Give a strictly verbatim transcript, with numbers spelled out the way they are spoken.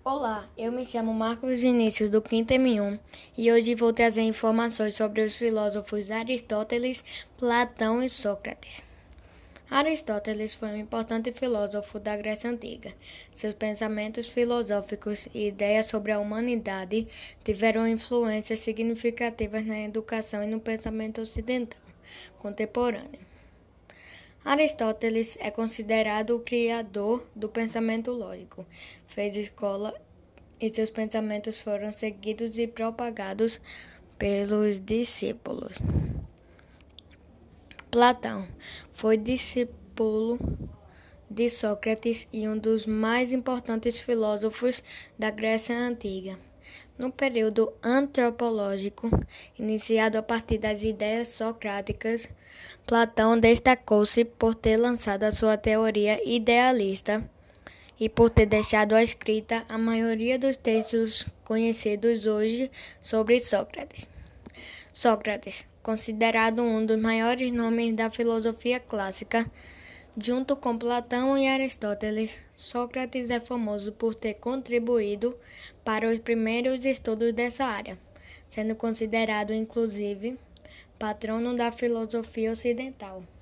Olá, eu me chamo Marcos Vinícius do quinto M um e hoje vou trazer informações sobre os filósofos Aristóteles, Platão e Sócrates. Aristóteles foi um importante filósofo da Grécia Antiga. Seus pensamentos filosóficos e ideias sobre a humanidade tiveram influências significativas na educação e no pensamento ocidental contemporâneo. Aristóteles é considerado o criador do pensamento lógico. Fez escola e seus pensamentos foram seguidos e propagados pelos discípulos. Platão foi discípulo de Sócrates e um dos mais importantes filósofos da Grécia Antiga. No período antropológico, iniciado a partir das ideias socráticas, Platão destacou-se por ter lançado a sua teoria idealista e por ter deixado à escrita a maioria dos textos conhecidos hoje sobre Sócrates. Sócrates, considerado um dos maiores nomes da filosofia clássica, junto com Platão e Aristóteles, Sócrates é famoso por ter contribuído para os primeiros estudos dessa área, sendo considerado, inclusive, patrono da filosofia ocidental.